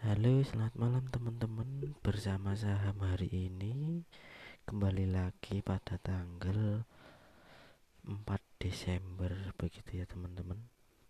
Halo, selamat malam teman-teman. Bersama saham hari ini kembali lagi pada tanggal 4 Desember begitu ya teman-teman.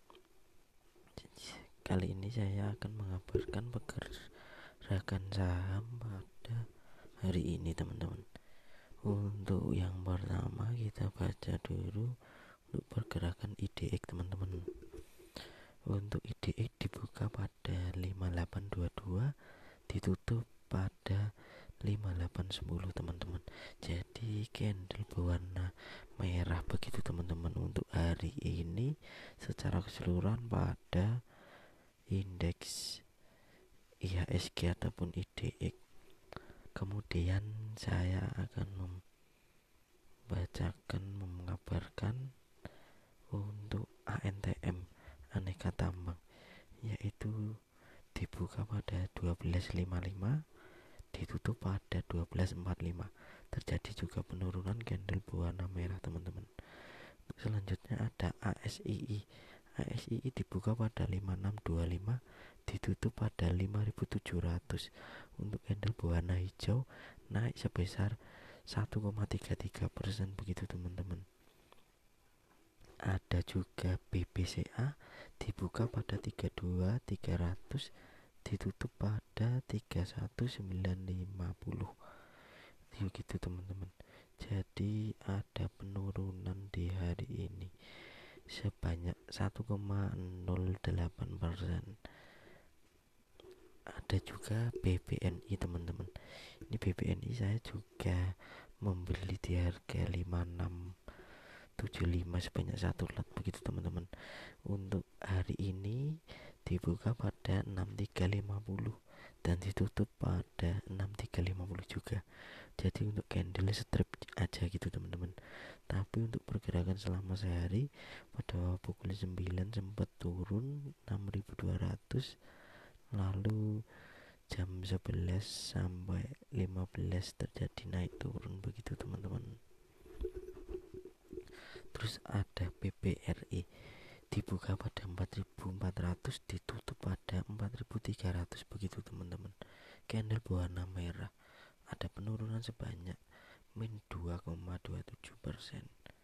Kali ini saya akan mengabarkan pergerakan saham pada hari ini teman-teman. Untuk yang pertama kita baca dulu untuk pergerakan IDX teman-teman. Untuk IDX dibuka pada 5822, ditutup pada 5810 teman-teman. Jadi candle berwarna merah begitu teman-teman untuk hari ini secara keseluruhan pada indeks IHSG ataupun IDX. Kemudian saya akan mengabarkan untuk ANTM, aneka tambang, yaitu dibuka pada 12.55, ditutup pada 12.45. Terjadi juga penurunan candle berwarna merah teman-teman. Selanjutnya ada ASII. ASII dibuka pada 5625, ditutup pada 5700. Untuk candle berwarna hijau naik sebesar 1,33% begitu teman-teman. Ada juga BBCA dibuka pada 32300, ditutup pada 31950. Gitu teman-teman. Jadi ada penurunan di hari ini sebanyak 1,08%. Ada juga BBNI teman-teman. Ini BBNI saya juga membeli di harga 5675 sebanyak 1 lot begitu teman-teman. Untuk hari ini dibuka pada 6350 dan ditutup pada 6350 juga. Jadi untuk candle strip aja gitu teman-teman. Tapi untuk pergerakan selama sehari pada pukul 9 sempat turun 6200, lalu jam 11 sampai 15 terjadi naik turun begitu teman-teman. Terus ada PPRI dibuka pada 4.400, ditutup pada 4.300 begitu teman-teman. Candle berwarna merah. Ada penurunan sebanyak min 2,27%.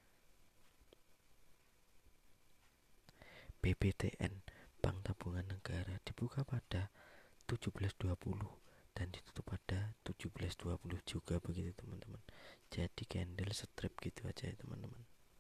BBTN, Bank Tabungan Negara, dibuka pada 17.20 dan ditutup pada 17.20 juga begitu teman-teman. Jadi candle strip gitu aja ya teman-teman.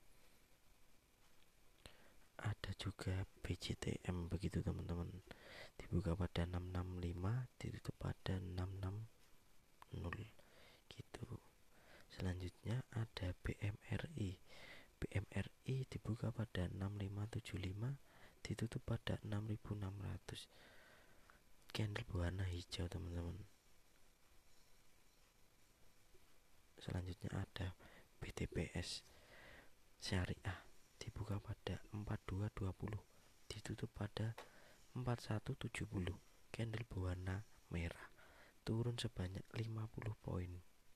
Ada juga BCTM begitu teman-teman, dibuka pada 665, ditutup pada 660 gitu. Selanjutnya ada BMRI. BMRI dibuka pada 6575, ditutup pada 6600. Candle berwarna hijau teman-teman. Selanjutnya ada BTPS Syariah, dibuka pada 4220, ditutup pada 4170. Candle berwarna merah, turun sebanyak 50 poin.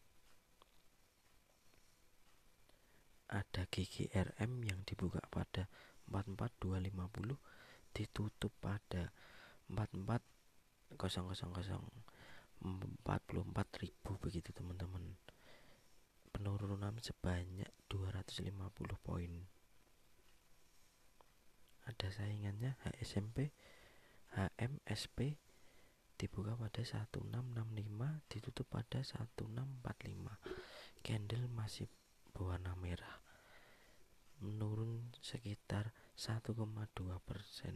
Ada GGRM yang dibuka pada 44250, ditutup pada 44.000 begitu teman-teman. Penurunan sebanyak 250 poin. Ada saingannya HSMP, HMSP, dibuka pada 1665, ditutup pada 1645. Candle masih berwarna merah, menurun sekitar 1,2%.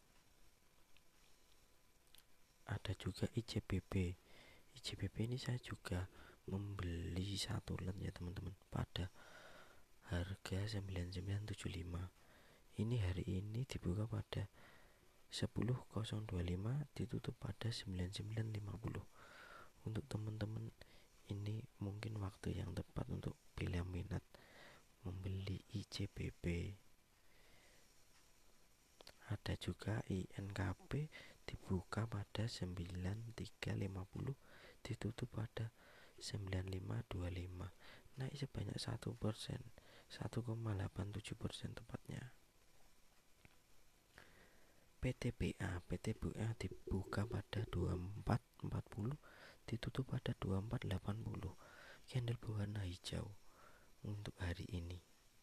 Ada juga ICBP. ICBP ini saya juga membeli 1 lot ya teman-teman pada harga 9975. Ini hari ini dibuka pada 10.025, ditutup pada 9950. Untuk teman-teman ini mungkin waktu yang tepat untuk bila minat membeli ICBP. Ada juga INKP dibuka pada 9350, ditutup pada 9525, naik sebanyak 1%, 1,87% tepatnya. PTBA dibuka pada 24.40, ditutup pada 24.80. Candle berwarna hijau untuk hari ini.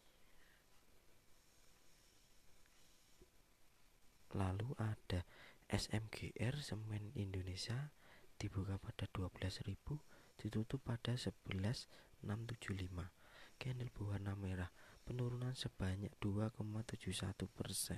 Lalu ada SMGR Semen Indonesia dibuka pada 12.000, ditutup pada 11.675. Candle berwarna merah, penurunan sebanyak 2,71%.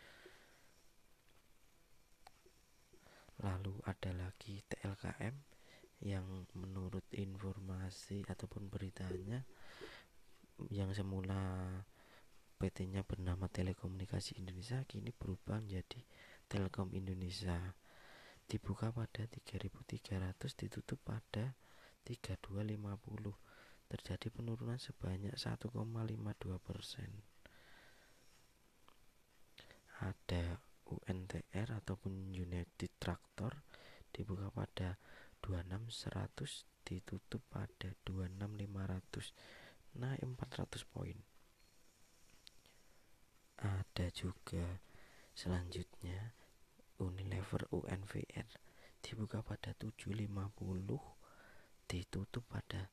Lalu ada lagi TLKM yang menurut informasi ataupun beritanya yang semula PT-nya bernama Telekomunikasi Indonesia kini berubah menjadi Telkom Indonesia. Dibuka pada 3.300, ditutup pada 3250. Terjadi penurunan sebanyak 1,52%. Ada UNTR ataupun United Tractor dibuka pada 26.100, ditutup pada 26.500, naik 400 poin. Ada juga selanjutnya Unilever UNVR dibuka pada 7.50, ditutup pada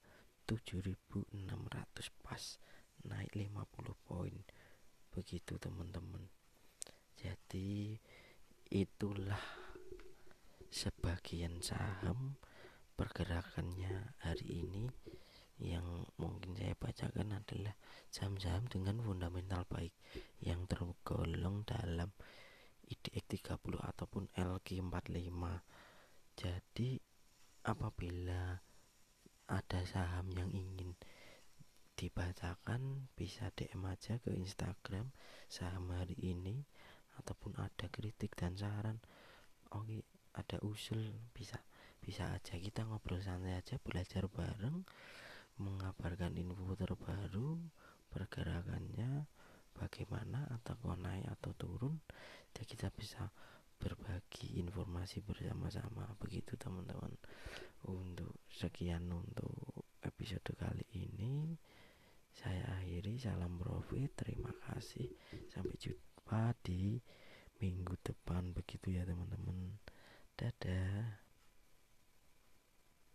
7.600 pas, naik 50 poin. Begitu teman-teman. Jadi itulah sebagian saham pergerakannya hari ini. Yang mungkin saya bacakan adalah saham-saham dengan fundamental baik yang tergolong dalam IDX 30 ataupun LQ45. Jadi apabila ada saham yang ingin dibacakan bisa DM aja ke Instagram saham hari ini, ataupun ada kritik dan saran, oke, ada usul, bisa aja kita ngobrol santai aja, belajar bareng, mengabarkan info terbaru pergerakannya bagaimana, atau naik atau turun, jadi kita bisa berbagi informasi bersama-sama. Begitu teman-teman. Sekian untuk episode kali ini, saya akhiri. Salam profit, terima kasih, sampai jumpa di minggu depan. Begitu ya teman-teman, dadah.